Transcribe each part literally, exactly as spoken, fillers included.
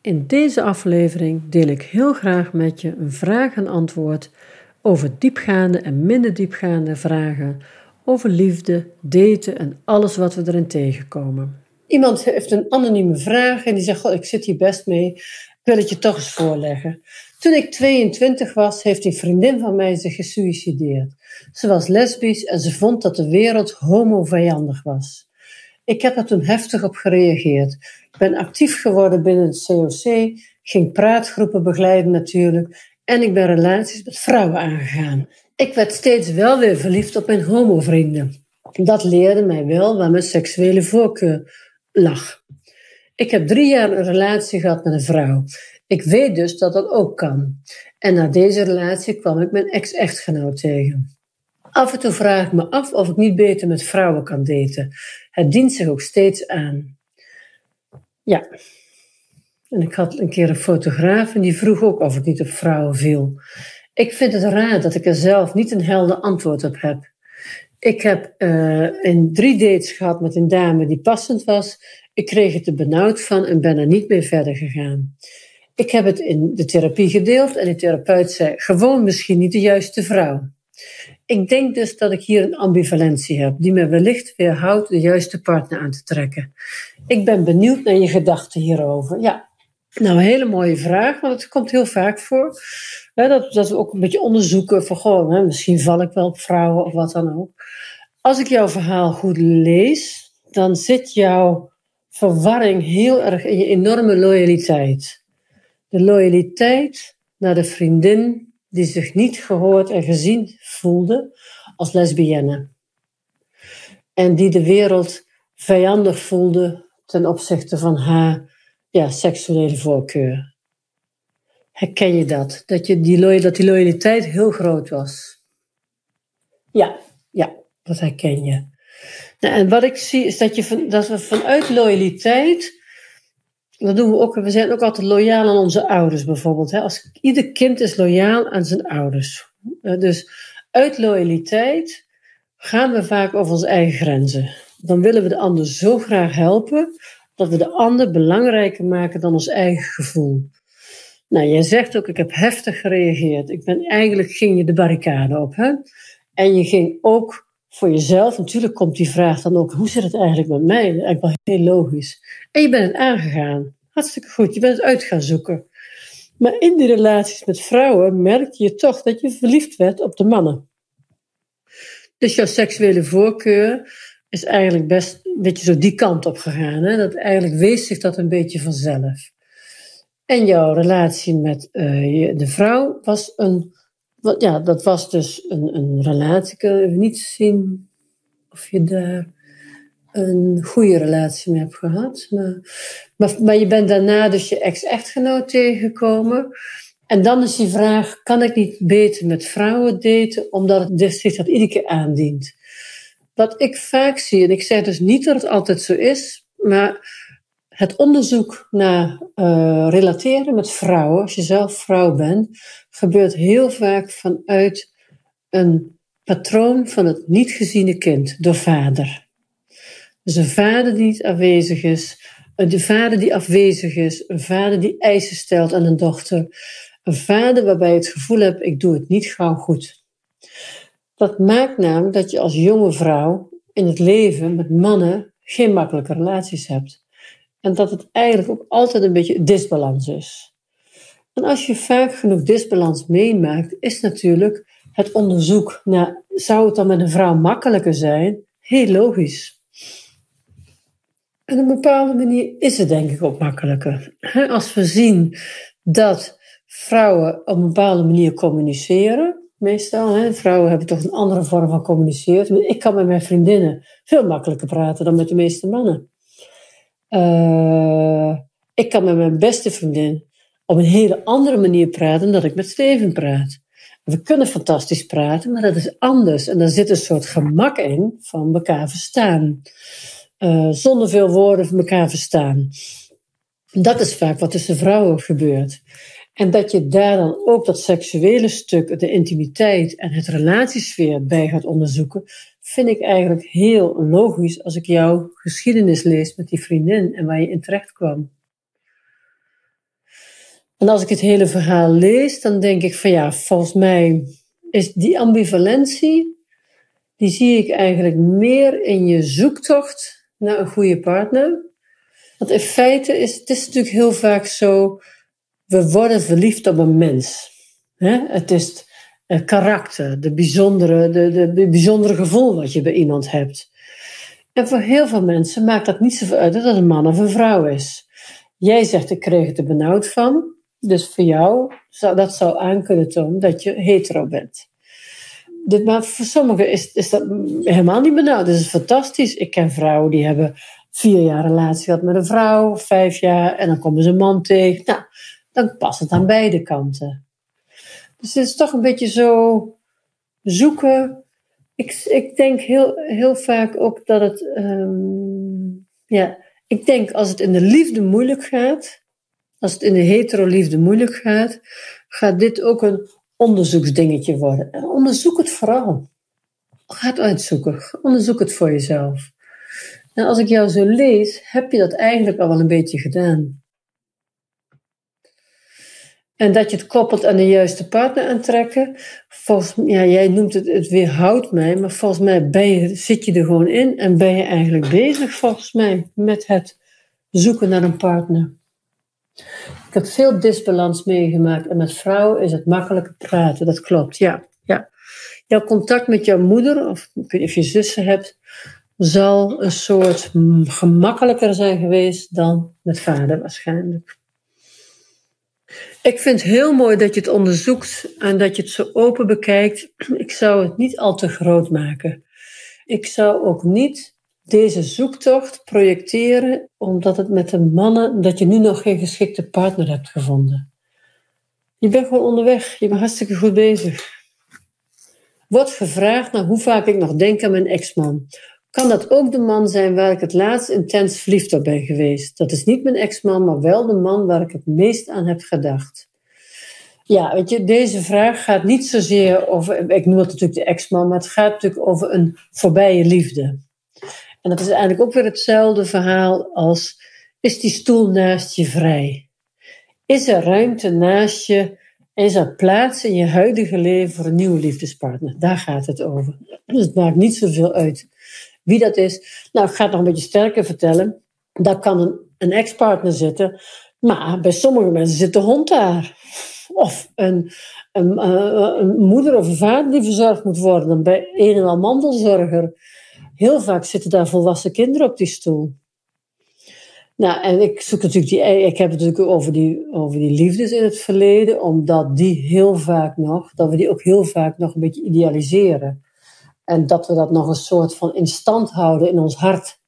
In deze aflevering deel ik heel graag met je een vraag en antwoord over diepgaande en minder diepgaande vragen over liefde, daten en alles wat we erin tegenkomen. Iemand heeft een anonieme vraag en die zegt, goh, ik zit hier best mee, ik wil het je toch eens voorleggen. Toen ik tweeëntwintig was, heeft een vriendin van mij zich gesuïcideerd. Ze was lesbisch en ze vond dat de wereld homo-vijandig was. Ik heb er toen heftig op gereageerd. Ik ben actief geworden binnen het C O C, ging praatgroepen begeleiden natuurlijk en ik ben relaties met vrouwen aangegaan. Ik werd steeds wel weer verliefd op mijn homovrienden. Dat leerde mij wel waar mijn seksuele voorkeur lag. Ik heb drie jaar een relatie gehad met een vrouw. Ik weet dus dat dat ook kan. En na deze relatie kwam ik mijn ex-echtgenoot tegen. Af en toe vraag ik me af of ik niet beter met vrouwen kan daten. Het dient zich ook steeds aan. Ja. En ik had een keer een fotograaf en die vroeg ook of ik niet op vrouwen viel. Ik vind het raar dat ik er zelf niet een helder antwoord op heb. Ik heb uh, in drie dates gehad met een dame die passend was. Ik kreeg het er benauwd van en ben er niet mee verder gegaan. Ik heb het in de therapie gedeeld en de therapeut zei gewoon misschien niet de juiste vrouw. Ik denk dus dat ik hier een ambivalentie heb die me wellicht weerhoudt de juiste partner aan te trekken. Ik ben benieuwd naar je gedachten hierover. Ja, nou een hele mooie vraag, want het komt heel vaak voor. Hè, dat, dat we ook een beetje onderzoeken van goh, hè, misschien val ik wel op vrouwen of wat dan ook. Als ik jouw verhaal goed lees, dan zit jouw verwarring heel erg in je enorme loyaliteit. De loyaliteit naar de vriendin die zich niet gehoord en gezien voelde als lesbienne. En die de wereld vijandig voelde ten opzichte van haar ja, seksuele voorkeur. Herken je dat? Dat, je die, loy- dat die loyaliteit heel groot was? Ja, ja, dat herken je. Nou, en wat ik zie is dat, je van, dat we vanuit loyaliteit... Dat doen we ook. We zijn ook altijd loyaal aan onze ouders bijvoorbeeld. Hè? Als, ieder kind is loyaal aan zijn ouders. Uh, dus uit loyaliteit gaan we vaak over onze eigen grenzen. Dan willen we de ander zo graag helpen, dat we de ander belangrijker maken dan ons eigen gevoel. Nou, jij zegt ook, ik heb heftig gereageerd. Ik ben, eigenlijk ging je de barricade op. Hè? En je ging ook voor jezelf, natuurlijk komt die vraag dan ook, hoe zit het eigenlijk met mij? Eigenlijk wel heel logisch. En je bent het aangegaan. Hartstikke goed, je bent het uit gaan zoeken. Maar in die relaties met vrouwen merkte je toch dat je verliefd werd op de mannen. Dus jouw seksuele voorkeur is eigenlijk best een beetje zo die kant op gegaan. Hè? Dat eigenlijk wees zich dat een beetje vanzelf. En jouw relatie met uh, de vrouw was een... Ja, dat was dus een, een relatie. Ik kan even niet zien of je daar een goede relatie mee hebt gehad. Maar, maar, maar je bent daarna dus je ex-echtgenoot tegengekomen. En dan is die vraag, kan ik niet beter met vrouwen daten, omdat het zich dat iedere keer aandient? Wat ik vaak zie, en ik zeg dus niet dat het altijd zo is, maar het onderzoek naar uh, relateren met vrouwen, als je zelf vrouw bent, gebeurt heel vaak vanuit een patroon van het niet geziene kind door vader. Dus een vader die niet afwezig is, een vader die afwezig is, een vader die eisen stelt aan een dochter, een vader waarbij je het gevoel hebt, ik doe het niet gauw goed. Dat maakt namelijk dat je als jonge vrouw in het leven met mannen geen makkelijke relaties hebt. En dat het eigenlijk ook altijd een beetje disbalans is. En als je vaak genoeg disbalans meemaakt, is natuurlijk het onderzoek naar, zou het dan met een vrouw makkelijker zijn? Heel logisch. En op een bepaalde manier is het denk ik ook makkelijker. Als we zien dat vrouwen op een bepaalde manier communiceren, meestal, hè, vrouwen hebben toch een andere vorm van communiceren. Ik kan met mijn vriendinnen veel makkelijker praten dan met de meeste mannen. Uh, ik kan met mijn beste vriendin op een hele andere manier praten dan dat ik met Steven praat. We kunnen fantastisch praten, maar dat is anders. En daar zit een soort gemak in van elkaar verstaan. Uh, zonder veel woorden van elkaar verstaan. Dat is vaak wat tussen vrouwen gebeurt. En dat je daar dan ook dat seksuele stuk, de intimiteit en het relatiesfeer bij gaat onderzoeken, vind ik eigenlijk heel logisch als ik jouw geschiedenis lees met die vriendin en waar je in terecht kwam. En als ik het hele verhaal lees, dan denk ik van ja, volgens mij is die ambivalentie, die zie ik eigenlijk meer in je zoektocht naar een goede partner. Want in feite is het is natuurlijk heel vaak zo, we worden verliefd op een mens. Hè? Het is het karakter, de bijzondere, de, de, de bijzondere gevoel wat je bij iemand hebt. En voor heel veel mensen maakt dat niet zoveel uit dat het een man of een vrouw is. Jij zegt, ik kreeg het er benauwd van. Dus voor jou, zou, dat zou aan kunnen tonen dat je hetero bent. De, maar voor sommigen is, is dat helemaal niet benauwd. Dat is fantastisch. Ik ken vrouwen die hebben vier jaar relatie gehad met een vrouw, vijf jaar, en dan komen ze een man tegen. Nou, dan past het aan beide kanten. Dus het is toch een beetje zo zoeken. Ik, ik denk heel, heel vaak ook dat het... Um, ja, ik denk als het in de liefde moeilijk gaat, als het in de hetero-liefde moeilijk gaat, gaat dit ook een onderzoeksdingetje worden. En onderzoek het vooral. Ga het uitzoeken. Onderzoek het voor jezelf. En als ik jou zo lees, heb je dat eigenlijk al wel een beetje gedaan. En dat je het koppelt aan de juiste partner aantrekken. Volgens, ja, jij noemt het, het weerhoudt mij, maar volgens mij ben je, zit je er gewoon in en ben je eigenlijk bezig, volgens mij, met het zoeken naar een partner. Ik heb veel disbalans meegemaakt en met vrouwen is het makkelijker praten, dat klopt, ja. ja. Jouw contact met jouw moeder, of ik weet niet of je zussen hebt, zal een soort gemakkelijker zijn geweest dan met vader waarschijnlijk. Ik vind het heel mooi dat je het onderzoekt en dat je het zo open bekijkt. Ik zou het niet al te groot maken. Ik zou ook niet deze zoektocht projecteren omdat het met de mannen, dat je nu nog geen geschikte partner hebt gevonden. Je bent gewoon onderweg, je bent hartstikke goed bezig. Wordt gevraagd naar hoe vaak ik nog denk aan mijn ex-man. Kan dat ook de man zijn waar ik het laatst intens verliefd op ben geweest? Dat is niet mijn ex-man, maar wel de man waar ik het meest aan heb gedacht. Ja, weet je, deze vraag gaat niet zozeer over, ik noem het natuurlijk de ex-man, maar het gaat natuurlijk over een voorbije liefde. En dat is eigenlijk ook weer hetzelfde verhaal als, is die stoel naast je vrij? Is er ruimte naast je? Is er plaats in je huidige leven voor een nieuwe liefdespartner? Daar gaat het over. Dus het maakt niet zoveel uit wie dat is. Nou, ik ga het nog een beetje sterker vertellen. Daar kan een, een ex-partner zitten, maar bij sommige mensen zit de hond daar. Of een, een, een moeder of een vader die verzorgd moet worden. Dan bij een en al mantelzorger. Heel vaak zitten daar volwassen kinderen op die stoel. Nou, en ik zoek natuurlijk die, ik heb het natuurlijk over die, over die liefdes in het verleden, omdat die heel vaak nog, dat we die ook heel vaak nog een beetje idealiseren. En dat we dat nog een soort van in stand houden in ons hart.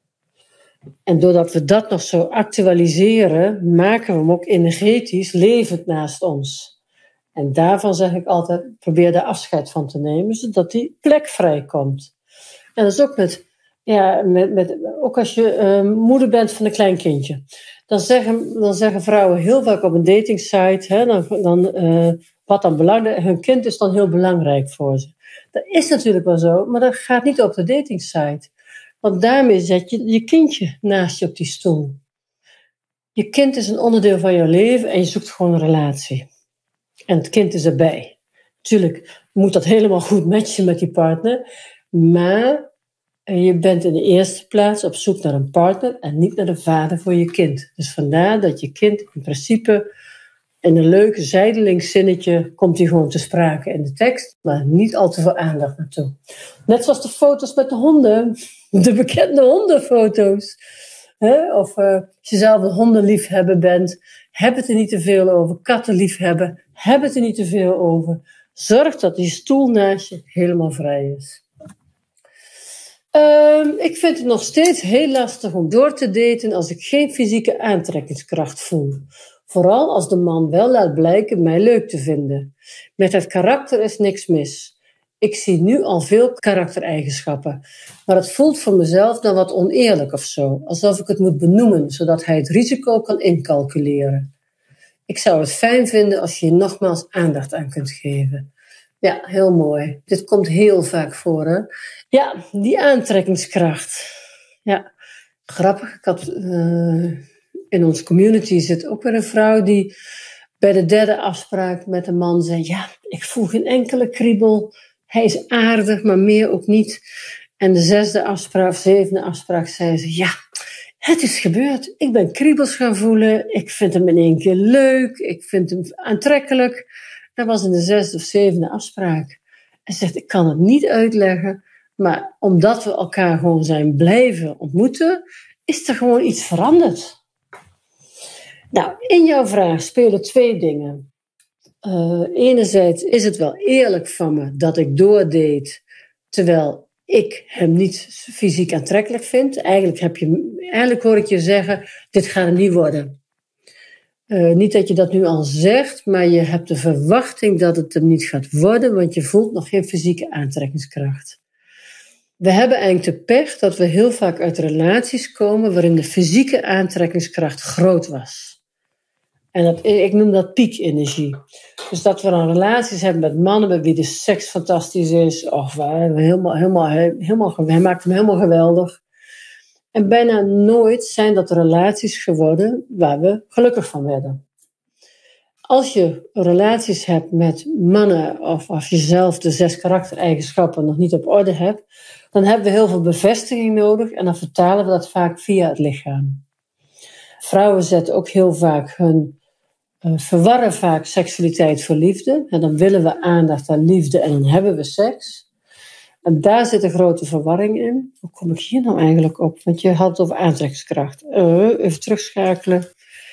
En doordat we dat nog zo actualiseren, maken we hem ook energetisch levend naast ons. En daarvan zeg ik altijd, probeer daar afscheid van te nemen, zodat die plek vrijkomt. En dat is ook met, ja, met, met ook als je uh, moeder bent van een klein kindje. Dan zeggen, dan zeggen vrouwen heel vaak op een datingsite, hè, dan, dan, uh, wat dan belangrijk, hun kind is dan heel belangrijk voor ze. Dat is natuurlijk wel zo, maar dat gaat niet op de datingsite. Want daarmee zet je je kindje naast je op die stoel. Je kind is een onderdeel van jouw leven en je zoekt gewoon een relatie. En het kind is erbij. Tuurlijk moet dat helemaal goed matchen met die partner. Maar je bent in de eerste plaats op zoek naar een partner en niet naar de vader voor je kind. Dus vandaar dat je kind in principe in een leuk zijdelings zinnetje komt hij gewoon te sprake in de tekst, maar niet al te veel aandacht naartoe. Net zoals de foto's met de honden, de bekende hondenfoto's. He? Of uh, als je zelf een hondenliefhebber bent, heb het er niet te veel over. Kattenliefhebber, heb het er niet te veel over. Zorg dat die stoel naast je helemaal vrij is. Um, ik vind het nog steeds heel lastig om door te daten als ik geen fysieke aantrekkingskracht voel. Vooral als de man wel laat blijken mij leuk te vinden. Met het karakter is niks mis. Ik zie nu al veel karaktereigenschappen. Maar het voelt voor mezelf dan wat oneerlijk of zo. Alsof ik het moet benoemen, zodat hij het risico kan incalculeren. Ik zou het fijn vinden als je je nogmaals aandacht aan kunt geven. Ja, heel mooi. Dit komt heel vaak voor, hè? Ja, die aantrekkingskracht. Ja, grappig. Ik had, uh, in onze community zit ook weer een vrouw die Bij de derde afspraak met een man zei, ja, ik voel geen enkele kriebel. Hij is aardig, maar meer ook niet. En de zesde afspraak, of zevende afspraak, zei ze, ja, het is gebeurd. Ik ben kriebels gaan voelen. Ik vind hem in één keer leuk. Ik vind hem aantrekkelijk. Dat was in de zesde of zevende afspraak. Hij zegt, ik kan het niet uitleggen. Maar omdat we elkaar gewoon zijn blijven ontmoeten, is er gewoon iets veranderd. Nou, in jouw vraag spelen twee dingen. Uh, enerzijds is het wel eerlijk van me dat ik doordeed, terwijl ik hem niet fysiek aantrekkelijk vind. Eigenlijk, heb je, eigenlijk hoor ik je zeggen, dit gaat hem niet worden. Uh, niet dat je dat nu al zegt, maar je hebt de verwachting dat het hem niet gaat worden, want je voelt nog geen fysieke aantrekkingskracht. We hebben eigenlijk de pech dat we heel vaak uit relaties komen waarin de fysieke aantrekkingskracht groot was. En dat, ik noem dat piekenergie. Dus dat we dan relaties hebben met mannen met wie de seks fantastisch is. Of helemaal, helemaal, helemaal, hij maakt hem helemaal geweldig. En bijna nooit zijn dat relaties geworden waar we gelukkig van werden. Als je relaties hebt met mannen, of als je zelf de zes karaktereigenschappen nog niet op orde hebt, dan hebben we heel veel bevestiging nodig en dan vertalen we dat vaak via het lichaam. Vrouwen zetten ook heel vaak hun Uh, verwarren vaak seksualiteit voor liefde. En dan willen we aandacht aan liefde en dan hebben we seks. En daar zit een grote verwarring in. Hoe kom ik hier nou eigenlijk op? Want je had het over aantrekkingskracht. Uh, even terugschakelen.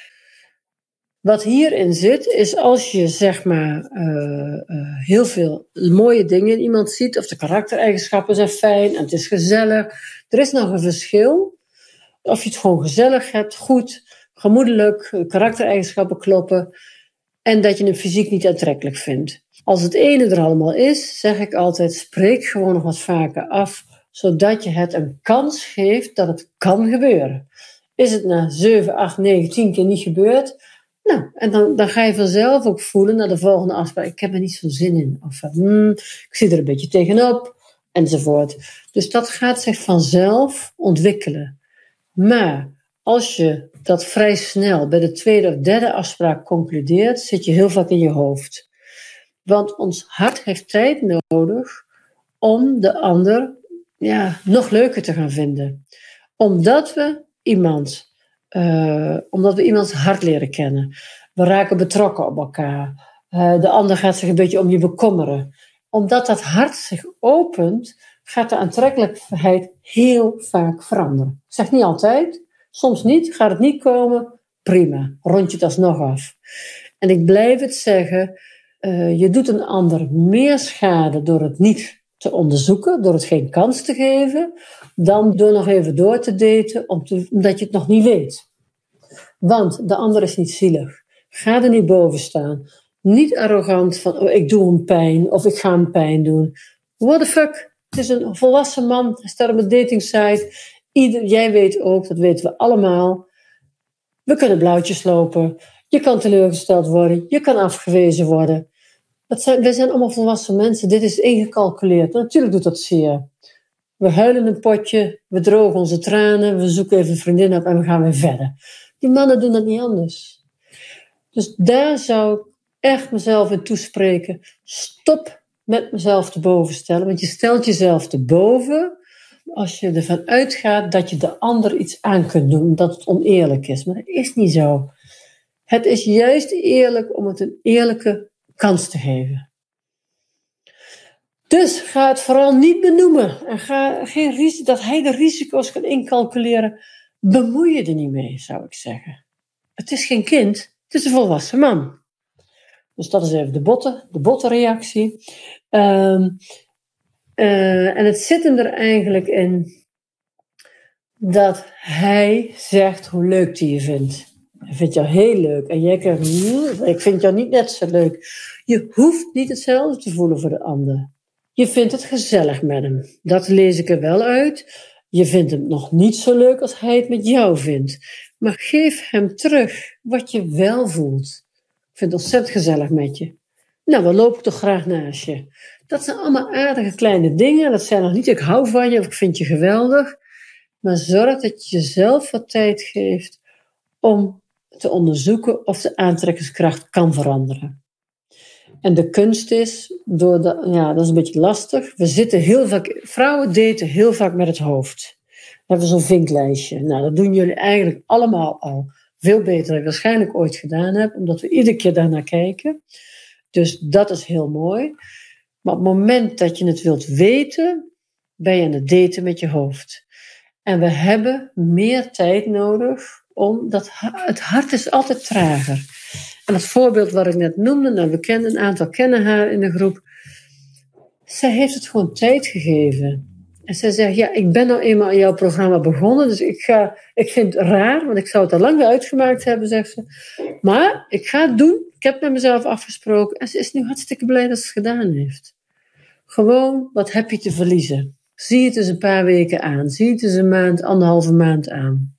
Wat hierin zit, is als je zeg maar uh, uh, heel veel mooie dingen in iemand ziet, of de karaktereigenschappen zijn fijn en het is gezellig. Er is nog een verschil. Of je het gewoon gezellig hebt, goed, gemoedelijk, karaktereigenschappen kloppen en dat je hem fysiek niet aantrekkelijk vindt. Als het ene er allemaal is, zeg ik altijd, spreek gewoon nog wat vaker af, zodat je het een kans geeft dat het kan gebeuren. Is het na zeven, acht, negen, tien keer niet gebeurd? Nou, en dan, dan ga je vanzelf ook voelen naar de volgende afspraak, ik heb er niet zo'n zin in. Of hmm, ik zit er een beetje tegenop, enzovoort. Dus dat gaat zich vanzelf ontwikkelen. Maar als je dat vrij snel bij de tweede of derde afspraak concludeert, zit je heel vaak in je hoofd. Want ons hart heeft tijd nodig om de ander ja, nog leuker te gaan vinden. Omdat we iemand, uh, omdat we iemands hart leren kennen. We raken betrokken op elkaar. Uh, de ander gaat zich een beetje om je bekommeren. Omdat dat hart zich opent, gaat de aantrekkelijkheid heel vaak veranderen. Ik zeg niet altijd. Soms niet, gaat het niet komen, prima, rond je het alsnog af. En ik blijf het zeggen, uh, je doet een ander meer schade door het niet te onderzoeken, door het geen kans te geven, dan door nog even door te daten, om te, omdat je het nog niet weet. Want de ander is niet zielig. Ga er niet boven staan. Niet arrogant van, oh, ik doe hem pijn, of ik ga hem pijn doen. What the fuck? Het is een volwassen man, hij staat op een datingsite. Ieder, jij weet ook, dat weten we allemaal. We kunnen blauwtjes lopen. Je kan teleurgesteld worden. Je kan afgewezen worden. Dat zijn, wij zijn allemaal volwassen mensen. Dit is ingecalculeerd. Natuurlijk doet dat zeer. We huilen een potje. We drogen onze tranen. We zoeken even een vriendin op en we gaan weer verder. Die mannen doen dat niet anders. Dus daar zou ik echt mezelf in toespreken. Stop met mezelf te boven stellen. Want je stelt jezelf te boven als je ervan uitgaat dat je de ander iets aan kunt doen, dat het oneerlijk is. Maar dat is niet zo. Het is juist eerlijk om het een eerlijke kans te geven. Dus ga het vooral niet benoemen. En ga geen risico, dat hij de risico's kan incalculeren. Bemoei je er niet mee, zou ik zeggen. Het is geen kind, het is een volwassen man. Dus dat is even de botte, de botte reactie. Um, Uh, en het zit hem er eigenlijk in dat hij zegt hoe leuk hij je vindt. Hij vindt jou heel leuk. En jij krijgt, ik vind jou niet net zo leuk. Je hoeft niet hetzelfde te voelen voor de ander. Je vindt het gezellig met hem. Dat lees ik er wel uit. Je vindt hem nog niet zo leuk als hij het met jou vindt. Maar geef hem terug wat je wel voelt. Ik vind het ontzettend gezellig met je. Nou, dan loop ik toch graag naast je. Dat zijn allemaal aardige kleine dingen. Dat zijn nog niet, ik hou van je of ik vind je geweldig. Maar zorg dat je jezelf wat tijd geeft om te onderzoeken of de aantrekkingskracht kan veranderen. En de kunst is, door de, ja, dat is een beetje lastig. We zitten heel vaak, vrouwen daten heel vaak met het hoofd. We hebben zo'n vinklijstje. Nou, dat doen jullie eigenlijk allemaal al veel beter dan ik waarschijnlijk ooit gedaan heb, omdat we iedere keer daarnaar kijken. Dus dat is heel mooi. Maar op het moment dat je het wilt weten, ben je aan het daten met je hoofd. En we hebben meer tijd nodig, omdat het hart is altijd trager. En het voorbeeld wat ik net noemde, nou, we kennen een aantal kennen haar in de groep. Zij heeft het gewoon tijd gegeven. En zij zegt, ja, ik ben nou eenmaal aan jouw programma begonnen, dus ik, ga, ik vind het raar, want ik zou het al lang weer uitgemaakt hebben, zegt ze. Maar ik ga het doen. Ik heb met mezelf afgesproken. En ze is nu hartstikke blij dat ze het gedaan heeft. Gewoon, wat heb je te verliezen? Zie het eens een paar weken aan. Zie het eens een maand, anderhalve maand aan.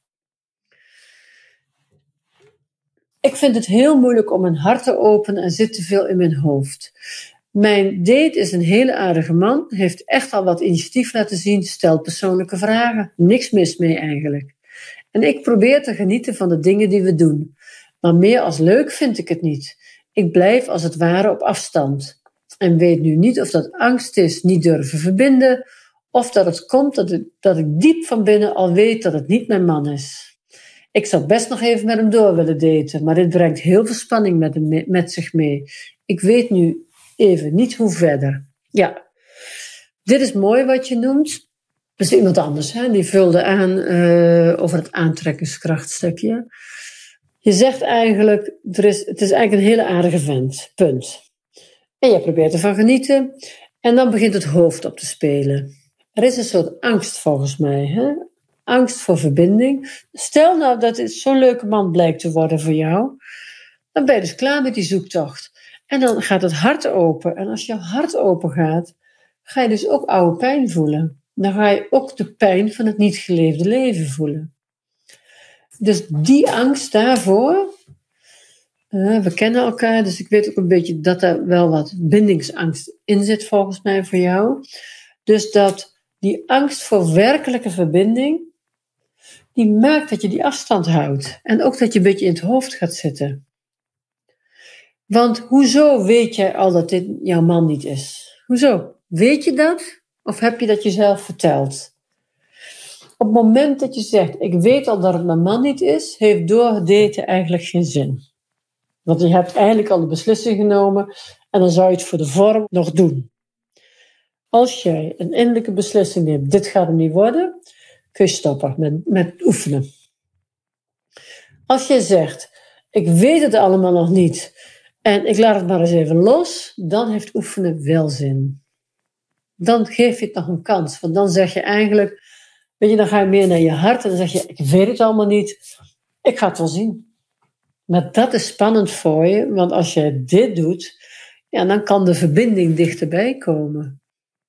Ik vind het heel moeilijk om mijn hart te openen en zit te veel in mijn hoofd. Mijn date is een hele aardige man, heeft echt al wat initiatief laten zien, stelt persoonlijke vragen, niks mis mee eigenlijk. En ik probeer te genieten van de dingen die we doen. Maar meer als leuk vind ik het niet. Ik blijf als het ware op afstand. En weet nu niet of dat angst is, niet durven verbinden, of dat het komt dat ik, dat ik diep van binnen al weet dat het niet mijn man is. Ik zou best nog even met hem door willen daten, maar dit brengt heel veel spanning met, hem, met zich mee. Ik weet nu even niet hoe verder. Ja, dit is mooi wat je noemt. Dat is iemand anders, hè? Die vulde aan uh, over het aantrekkingskrachtstukje. Je zegt eigenlijk, er is, het is eigenlijk een hele aardige vent, punt. En je probeert ervan genieten en dan begint het hoofd op te spelen. Er is een soort angst volgens mij, hè? Angst voor verbinding. Stel nou dat het zo'n leuke man blijkt te worden voor jou, dan ben je dus klaar met die zoektocht. En dan gaat het hart open. En als je hart open gaat, ga je dus ook oude pijn voelen. Dan ga je ook de pijn van het niet geleefde leven voelen. Dus die angst daarvoor, uh, we kennen elkaar, dus ik weet ook een beetje dat er wel wat bindingsangst in zit volgens mij voor jou. Dus dat die angst voor werkelijke verbinding, die maakt dat je die afstand houdt. En ook dat je een beetje in het hoofd gaat zitten. Want hoezo weet jij al dat dit jouw man niet is? Hoezo? Weet je dat? Of heb je dat jezelf verteld? Op het moment dat je zegt, ik weet al dat het mijn man niet is, heeft doordaten eigenlijk geen zin. Want je hebt eigenlijk al de beslissing genomen en dan zou je het voor de vorm nog doen. Als jij een innerlijke beslissing neemt, dit gaat hem niet worden, kun je stoppen met, met oefenen. Als je zegt, ik weet het allemaal nog niet en ik laat het maar eens even los, dan heeft oefenen wel zin. Dan geef je het nog een kans, want dan zeg je eigenlijk, weet je, dan ga je meer naar je hart en dan zeg je, ik weet het allemaal niet, ik ga het wel zien. Maar dat is spannend voor je, want als je dit doet, ja, dan kan de verbinding dichterbij komen.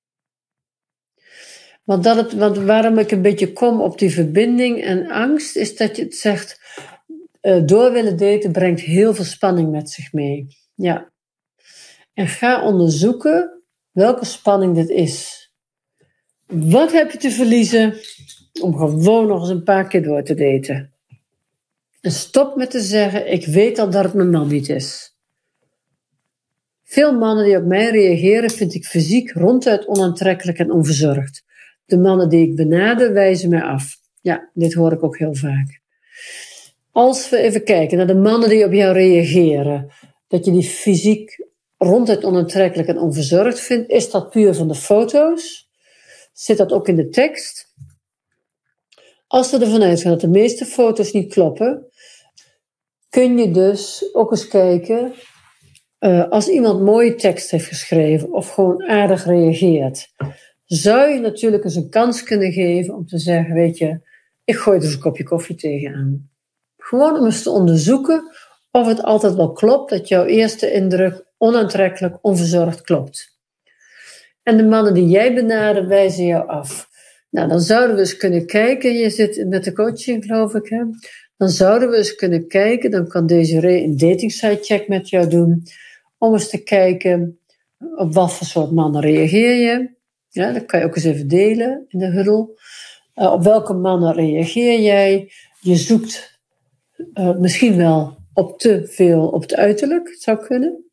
Want, dat het, want waarom ik een beetje kom op die verbinding en angst, is dat je het zegt, uh, door willen daten brengt heel veel spanning met zich mee. Ja. En ga onderzoeken welke spanning dit is. Wat heb je te verliezen om gewoon nog eens een paar keer door te daten? En stop met te zeggen, ik weet al dat het mijn man niet is. Veel mannen die op mij reageren, vind ik fysiek ronduit onaantrekkelijk en onverzorgd. De mannen die ik benader, wijzen mij af. Ja, dit hoor ik ook heel vaak. Als we even kijken naar de mannen die op jou reageren, dat je die fysiek ronduit onaantrekkelijk en onverzorgd vindt, is dat puur van de foto's? Zit dat ook in de tekst? Als we ervan uitgaan dat de meeste foto's niet kloppen, kun je dus ook eens kijken, uh, als iemand mooie tekst heeft geschreven of gewoon aardig reageert, zou je natuurlijk eens een kans kunnen geven om te zeggen, weet je, ik gooi er eens een kopje koffie tegenaan. Gewoon om eens te onderzoeken of het altijd wel klopt, dat jouw eerste indruk onaantrekkelijk, onverzorgd klopt. En de mannen die jij benadert, wijzen jou af. Nou, dan zouden we eens kunnen kijken, je zit met de coaching geloof ik, hè? Dan zouden we eens kunnen kijken, dan kan Desiree een datingsite check met jou doen, om eens te kijken op wat voor soort mannen reageer je. Ja, dat kan je ook eens even delen in de huddle. Uh, op welke mannen reageer jij? Je zoekt Uh, misschien wel op te veel op het uiterlijk, het zou kunnen.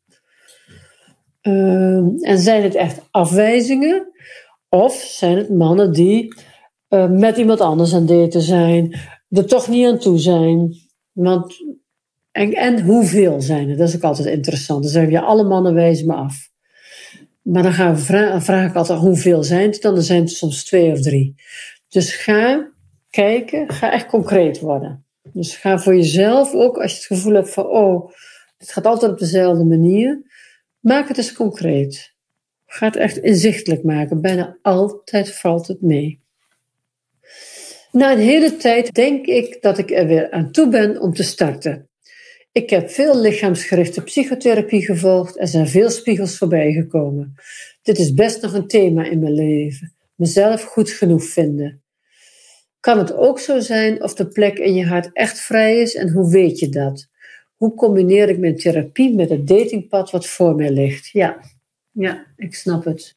Uh, en zijn het echt afwijzingen? Of zijn het mannen die uh, met iemand anders aan het daten zijn, er toch niet aan toe zijn? Want, en, en hoeveel zijn er? Dat is ook altijd interessant. Dan zeggen we, ja, alle mannen wijzen me af. Maar dan gaan we vra- vraag ik altijd, hoeveel zijn het dan? Dan zijn het soms twee of drie. Dus ga kijken, ga echt concreet worden. Dus ga voor jezelf ook, als je het gevoel hebt van, oh, het gaat altijd op dezelfde manier. Maak het eens concreet. Ga het echt inzichtelijk maken. Bijna altijd valt het mee. Na een hele tijd denk ik dat ik er weer aan toe ben om te starten. Ik heb veel lichaamsgerichte psychotherapie gevolgd en zijn veel spiegels voorbij gekomen. Dit is best nog een thema in mijn leven. Mezelf goed genoeg vinden. Kan het ook zo zijn of de plek in je hart echt vrij is en hoe weet je dat? Hoe combineer ik mijn therapie met het datingpad wat voor mij ligt? Ja, ja, ik snap het.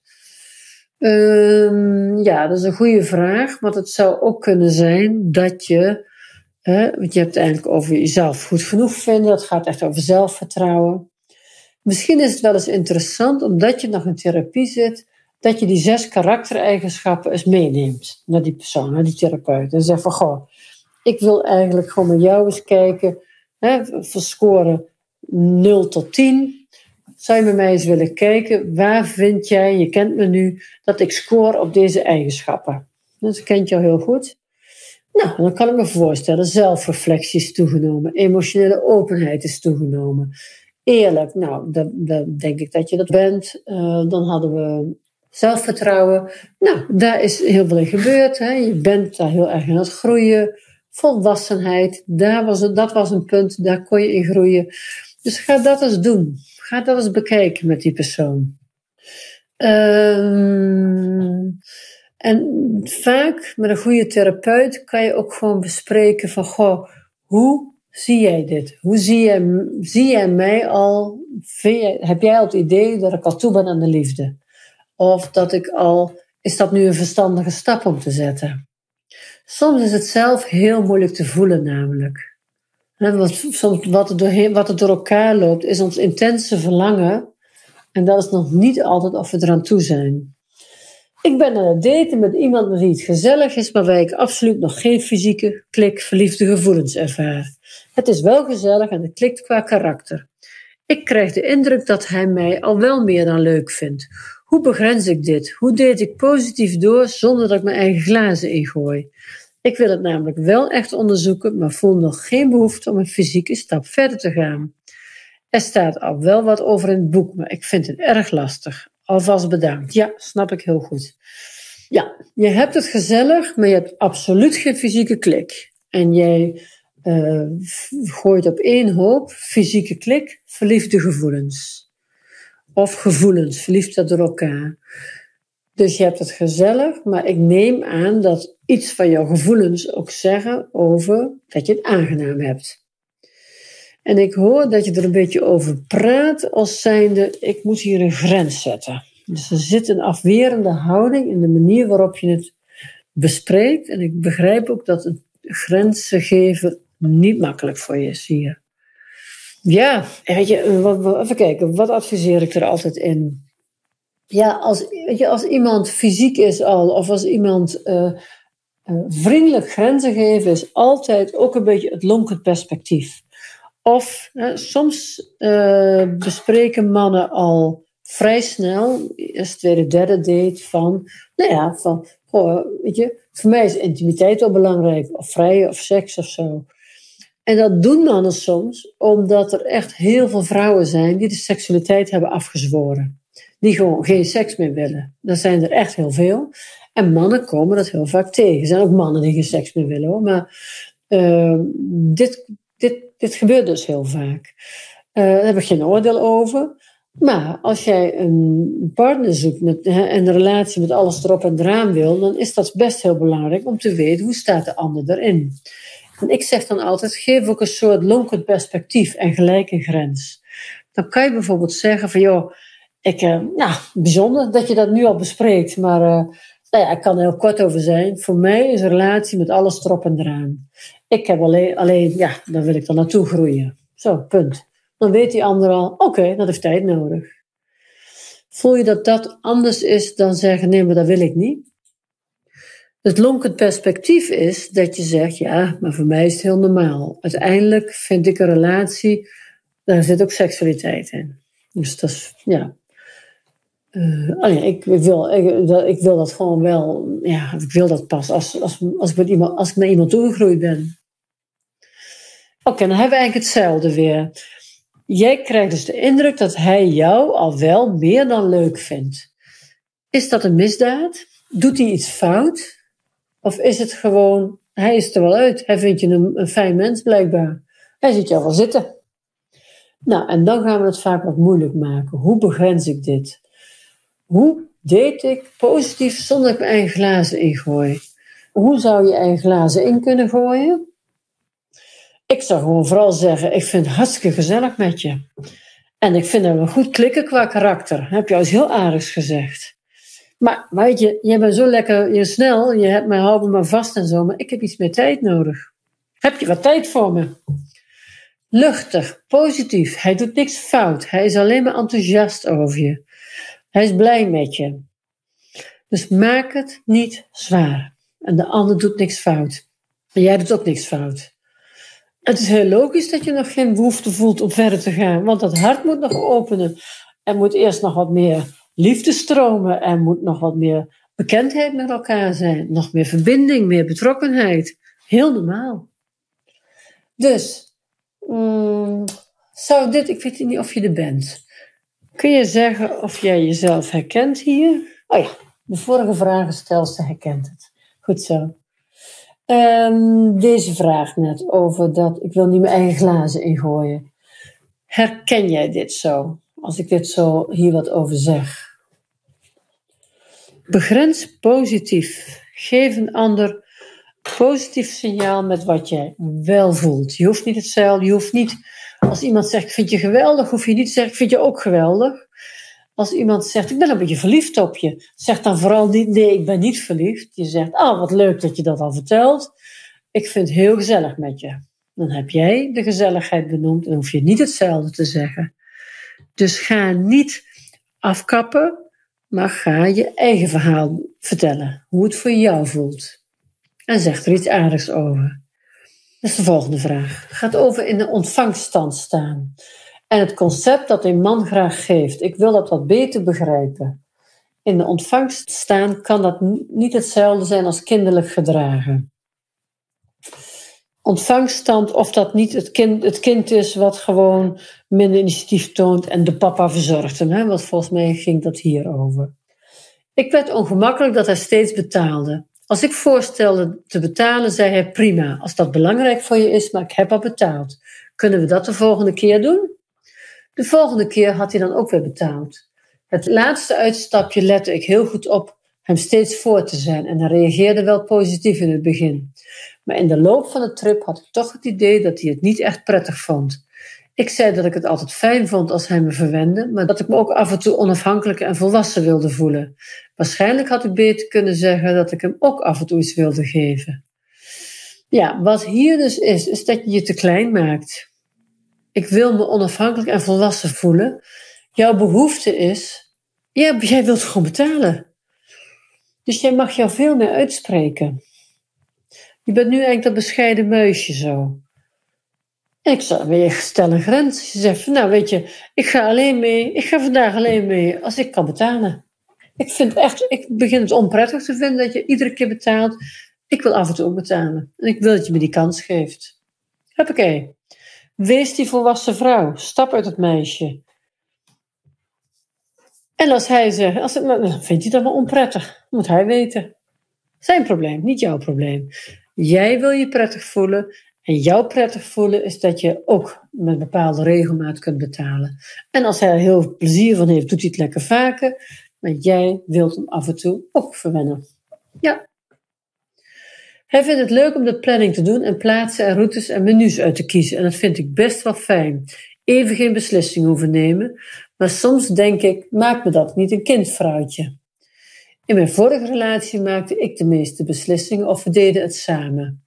Um, ja, dat is een goede vraag, want het zou ook kunnen zijn dat je, hè, want je hebt het eigenlijk over jezelf goed genoeg vinden, dat gaat echt over zelfvertrouwen. Misschien is het wel eens interessant, omdat je nog in therapie zit, dat je die zes karaktereigenschappen eens meeneemt naar die persoon, naar die therapeut. En zegt van, goh, ik wil eigenlijk gewoon met jou eens kijken, hè, van scoren nul tot tien. Zou je met mij eens willen kijken, waar vind jij, je kent me nu, dat ik score op deze eigenschappen? Dat kent jou heel goed. Nou, dan kan ik me voorstellen, zelfreflectie is toegenomen, emotionele openheid is toegenomen. Eerlijk, nou, dan, dan denk ik dat je dat bent. Uh, dan hadden we zelfvertrouwen. Nou, daar is heel veel in gebeurd. Hè. Je bent daar heel erg in het groeien. Volwassenheid, daar was het, dat was een punt, daar kon je in groeien. Dus ga dat eens doen. Ga dat eens bekijken met die persoon. Um, en vaak met een goede therapeut kan je ook gewoon bespreken van, goh, hoe zie jij dit? Hoe zie jij, zie jij mij al? Jij, heb jij al het idee dat ik al toe ben aan de liefde? Of dat ik al, is dat nu een verstandige stap om te zetten? Soms is het zelf heel moeilijk te voelen namelijk. Wat, soms, wat, er doorheen, wat er door elkaar loopt, is ons intense verlangen. En dat is nog niet altijd of we eraan toe zijn. Ik ben aan het daten met iemand met wie het gezellig is, maar waar ik absoluut nog geen fysieke klik, verliefde gevoelens ervaar. Het is wel gezellig en het klikt qua karakter. Ik krijg de indruk dat hij mij al wel meer dan leuk vindt. Hoe begrens ik dit? Hoe date ik positief door zonder dat ik mijn eigen glazen ingooi? Ik wil het namelijk wel echt onderzoeken, maar voel nog geen behoefte om een fysieke stap verder te gaan. Er staat al wel wat over in het boek, maar ik vind het erg lastig. Alvast bedankt. Ja, snap ik heel goed. Ja, je hebt het gezellig, maar je hebt absoluut geen fysieke klik. En jij uh, gooit op één hoop fysieke klik, verliefde gevoelens. Of gevoelens, verliefd door elkaar. Dus je hebt het gezellig, maar ik neem aan dat iets van jouw gevoelens ook zeggen over dat je het aangenaam hebt. En ik hoor dat je er een beetje over praat als zijnde, ik moet hier een grens zetten. Dus er zit een afwerende houding in de manier waarop je het bespreekt. En ik begrijp ook dat het grenzen geven niet makkelijk voor je is hier. Ja, weet je, even kijken, wat adviseer ik er altijd in? Ja, als, weet je, als iemand fysiek is al, of als iemand uh, uh, vriendelijk grenzen geven, is altijd ook een beetje het lonkend perspectief. Of uh, soms uh, bespreken mannen al vrij snel, als tweede, derde date, van, nou ja, van, goh, weet je, voor mij is intimiteit wel belangrijk, of vrij, of seks of zo. En dat doen mannen soms, omdat er echt heel veel vrouwen zijn die de seksualiteit hebben afgezworen. Die gewoon geen seks meer willen. Dat zijn er echt heel veel. En mannen komen dat heel vaak tegen. Er zijn ook mannen die geen seks meer willen, hoor. Maar uh, dit, dit, dit gebeurt dus heel vaak. Uh, daar heb ik geen oordeel over. Maar als jij een partner zoekt met, hè, en een relatie met alles erop en eraan wil, dan is dat best heel belangrijk om te weten hoe staat de ander erin. En ik zeg dan altijd, geef ook een soort lonkend perspectief en gelijk een grens. Dan kan je bijvoorbeeld zeggen van, joh, ik, uh, nou, bijzonder dat je dat nu al bespreekt, maar uh, Nou ja, ik kan er heel kort over zijn. Voor mij is een relatie met alles erop en eraan. Ik heb alleen, alleen ja, dan wil ik er naartoe groeien. Zo, punt. Dan weet die ander al, oké, okay, dat heeft tijd nodig. Voel je dat dat anders is dan zeggen, nee, maar dat wil ik niet? Het lonkend perspectief is dat je zegt, ja, maar voor mij is het heel normaal. Uiteindelijk vind ik een relatie, daar zit ook seksualiteit in. Dus dat is, ja. Uh, oh ja, ik, ik, wil, ik, ik wil dat gewoon wel, ja, ik wil dat pas als, als, als, ik, met iemand, als ik naar iemand toegegroeid ben. Oké, okay, dan hebben we eigenlijk hetzelfde weer. Jij krijgt dus de indruk dat hij jou al wel meer dan leuk vindt. Is dat een misdaad? Doet hij iets fout? Of is het gewoon, hij is er wel uit. Hij vindt je een, een fijn mens blijkbaar. Hij ziet jou wel zitten. Nou, en dan gaan we het vaak wat moeilijk maken. Hoe begrens ik dit? Hoe date ik positief zonder dat ik mijn eigen glazen ingooi? Hoe zou je eigen glazen in kunnen gooien? Ik zou gewoon vooral zeggen, ik vind het hartstikke gezellig met je. En ik vind dat we goed klikken qua karakter. Dat heb je al eens heel aardigs gezegd. Maar weet je, jij bent zo lekker, je snel, je hebt mij hou me maar vast en zo, maar ik heb iets meer tijd nodig. Heb je wat tijd voor me? Luchtig, positief, hij doet niks fout. Hij is alleen maar enthousiast over je. Hij is blij met je. Dus maak het niet zwaar. En de ander doet niks fout. En jij doet ook niks fout. Het is heel logisch dat je nog geen behoefte voelt om verder te gaan. Want dat hart moet nog openen. Er moet eerst nog wat meer liefde stromen. Er moet nog wat meer bekendheid met elkaar zijn. Nog meer verbinding, meer betrokkenheid. Heel normaal. Dus, mm, zou dit, ik weet niet of je er bent. Kun je zeggen of jij jezelf herkent hier? Oh ja, de vorige vragenstelster herkent het. Goed zo. Um, deze vraag net over dat ik wil niet mijn eigen glazen ingooien. Herken jij dit zo? Als ik dit zo hier wat over zeg. Begrens positief. Geef een ander positief signaal met wat jij wel voelt. Je hoeft niet hetzelfde. Je hoeft niet, als iemand zegt ik vind je geweldig, hoef je niet te zeggen ik vind je ook geweldig. Als iemand zegt, ik ben een beetje verliefd op je, zeg dan vooral niet, nee, ik ben niet verliefd. Je zegt, ah, wat leuk dat je dat al vertelt. Ik vind het heel gezellig met je. Dan heb jij de gezelligheid benoemd en hoef je niet hetzelfde te zeggen. Dus ga niet afkappen, maar ga je eigen verhaal vertellen. Hoe het voor jou voelt. En zeg er iets aardigs over. Dat is de volgende vraag. Gaat over in de ontvangststand staan. En het concept dat een man graag geeft. Ik wil dat wat beter begrijpen. In de ontvangst staan kan dat niet hetzelfde zijn als kinderlijk gedragen. Ontvangststand, of dat niet het kind, het kind is wat gewoon minder initiatief toont en de papa verzorgt hem. Hè? Want volgens mij ging dat hierover. Ik werd ongemakkelijk dat hij steeds betaalde. Als ik voorstelde te betalen, zei hij prima. Als dat belangrijk voor je is, maar ik heb al betaald. Kunnen we dat de volgende keer doen? De volgende keer had hij dan ook weer betaald. Het laatste uitstapje lette ik heel goed op hem steeds voor te zijn en hij reageerde wel positief in het begin. Maar in de loop van de trip had ik toch het idee dat hij het niet echt prettig vond. Ik zei dat ik het altijd fijn vond als hij me verwende, maar dat ik me ook af en toe onafhankelijk en volwassen wilde voelen. Waarschijnlijk had ik beter kunnen zeggen dat ik hem ook af en toe iets wilde geven. Ja, wat hier dus is, is dat je je te klein maakt. Ik wil me onafhankelijk en volwassen voelen. Jouw behoefte is, ja, jij wilt gewoon betalen. Dus jij mag jou veel meer uitspreken. Je bent nu eigenlijk dat bescheiden muisje zo. En ik zou weer stel een grens. Je zegt van, nou weet je, ik ga alleen mee. Ik ga vandaag alleen mee als ik kan betalen. Ik vind echt, ik begin het onprettig te vinden dat je iedere keer betaalt. Ik wil af en toe ook betalen. En ik wil dat je me die kans geeft. Hoppakee. Wees die volwassen vrouw. Stap uit het meisje. En als hij zegt, als het, nou, vindt hij dat wel onprettig. Moet hij weten. Zijn probleem, niet jouw probleem. Jij wil je prettig voelen. En jouw prettig voelen is dat je ook met bepaalde regelmaat kunt betalen. En als hij er heel veel plezier van heeft, doet hij het lekker vaker. Maar jij wilt hem af en toe ook verwennen. Ja. Hij vindt het leuk om de planning te doen en plaatsen en routes en menus uit te kiezen. En dat vind ik best wel fijn. Even geen beslissing hoeven nemen. Maar soms denk ik, maak me dat niet een kindvrouwtje. In mijn vorige relatie maakte ik de meeste beslissingen of we deden het samen.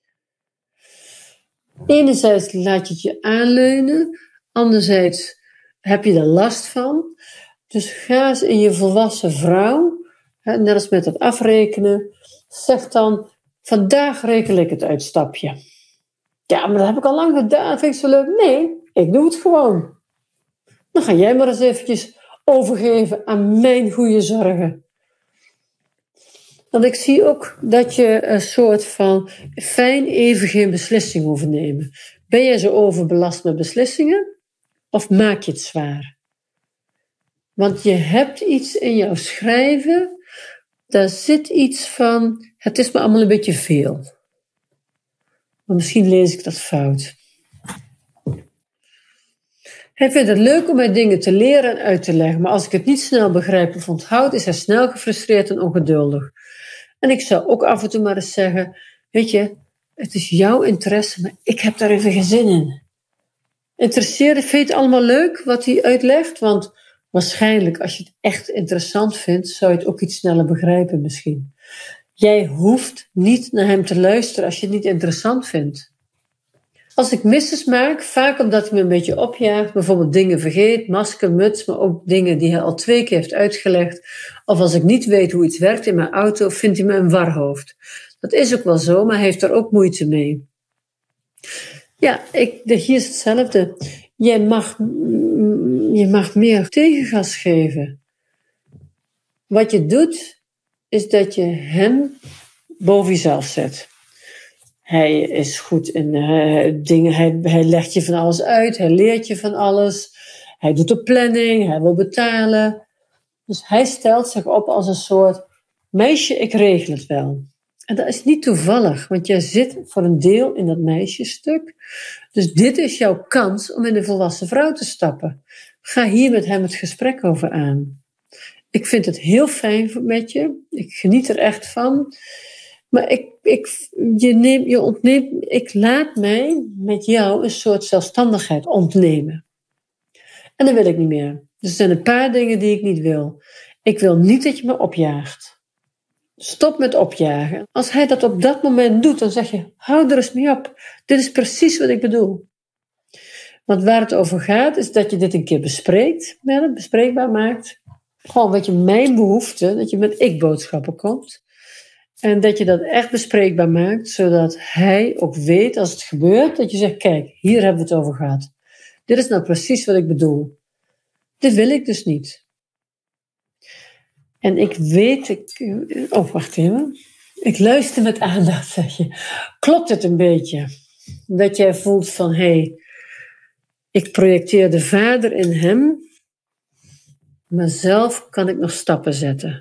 Enerzijds laat je het je aanleunen, anderzijds heb je er last van. Dus ga eens in je volwassen vrouw, net als met het afrekenen, zeg dan, vandaag reken ik het uitstapje. Ja, maar dat heb ik al lang gedaan, vind ik zo leuk. Nee, ik doe het gewoon. Dan ga jij maar eens eventjes overgeven aan mijn goede zorgen. Want ik zie ook dat je een soort van fijn even geen beslissing hoeft nemen. Ben jij zo overbelast met beslissingen? Of maak je het zwaar? Want je hebt iets in jouw schrijven, daar zit iets van, het is me allemaal een beetje veel. Maar misschien lees ik dat fout. Hij vindt het leuk om mij dingen te leren en uit te leggen, maar als ik het niet snel begrijp of onthoud, is hij snel gefrustreerd en ongeduldig. En ik zou ook af en toe maar eens zeggen, weet je, het is jouw interesse, maar ik heb daar even geen zin in. Interesseren, vind je het allemaal leuk wat hij uitlegt? Want waarschijnlijk, als je het echt interessant vindt, zou je het ook iets sneller begrijpen misschien. Jij hoeft niet naar hem te luisteren als je het niet interessant vindt. Als ik misses maak, vaak omdat hij me een beetje opjaagt, bijvoorbeeld dingen vergeet, masker, muts, maar ook dingen die hij al twee keer heeft uitgelegd, of als ik niet weet hoe iets werkt in mijn auto, vindt hij me een warhoofd. Dat is ook wel zo, maar hij heeft er ook moeite mee. Ja, ik, hier is hetzelfde. Jij mag, je mag meer tegengas geven. Wat je doet, is dat je hem boven jezelf zet. Hij is goed in uh, dingen, hij, hij legt je van alles uit, hij leert je van alles. Hij doet de planning, hij wil betalen. Dus hij stelt zich op als een soort meisje, ik regel het wel. En dat is niet toevallig, want jij zit voor een deel in dat meisjesstuk. Dus dit is jouw kans om in een volwassen vrouw te stappen. Ga hier met hem het gesprek over aan. Ik vind het heel fijn met je. Ik geniet er echt van. Maar ik, ik, je neem, je ontneemt, ik laat mij met jou een soort zelfstandigheid ontnemen. En dat wil ik niet meer. Dus er zijn een paar dingen die ik niet wil. Ik wil niet dat je me opjaagt. Stop met opjagen. Als hij dat op dat moment doet, dan zeg je, hou er eens mee op. Dit is precies wat ik bedoel. Want waar het over gaat, is dat je dit een keer bespreekt, bespreekbaar maakt. Gewoon wat je mijn behoefte, dat je met ik-boodschappen komt. En dat je dat echt bespreekbaar maakt, zodat hij ook weet als het gebeurt, dat je zegt, kijk, hier hebben we het over gehad. Dit is nou precies wat ik bedoel. Dit wil ik dus niet. En ik weet, ik, oh wacht even, ik luister met aandacht, zeg je. Klopt het een beetje? Dat jij voelt van, hé, hey, ik projecteer de vader in hem, maar zelf kan ik nog stappen zetten.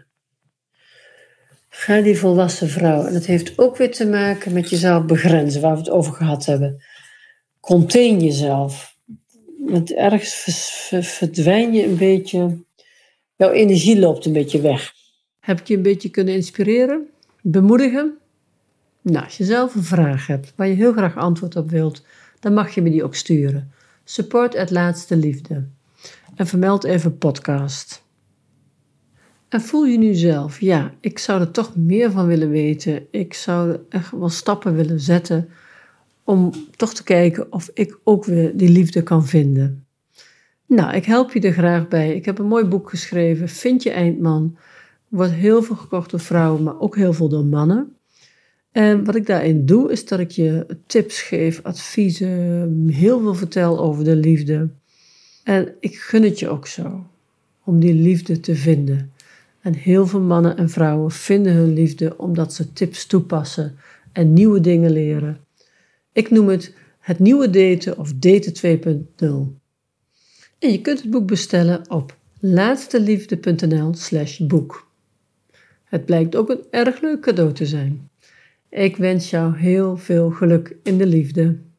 Ga die volwassen vrouw. En dat heeft ook weer te maken met jezelf begrenzen, waar we het over gehad hebben. Contain jezelf. Want ergens verdwijn je een beetje, jouw energie loopt een beetje weg. Heb ik je een beetje kunnen inspireren? Bemoedigen? Nou, als je zelf een vraag hebt waar je heel graag antwoord op wilt, dan mag je me die ook sturen. Support at Laatste Liefde. En vermeld even podcast. En voel je nu zelf, ja, ik zou er toch meer van willen weten. Ik zou echt wel stappen willen zetten om toch te kijken of ik ook weer die liefde kan vinden. Nou, ik help je er graag bij. Ik heb een mooi boek geschreven, Vind je eindman. Wordt heel veel gekocht door vrouwen, maar ook heel veel door mannen. En wat ik daarin doe, is dat ik je tips geef, adviezen, heel veel vertel over de liefde. En ik gun het je ook zo, om die liefde te vinden. En heel veel mannen en vrouwen vinden hun liefde omdat ze tips toepassen en nieuwe dingen leren. Ik noem het het nieuwe daten of daten twee punt nul. En je kunt het boek bestellen op laatsteliefde.nl slash boek. Het blijkt ook een erg leuk cadeau te zijn. Ik wens jou heel veel geluk in de liefde.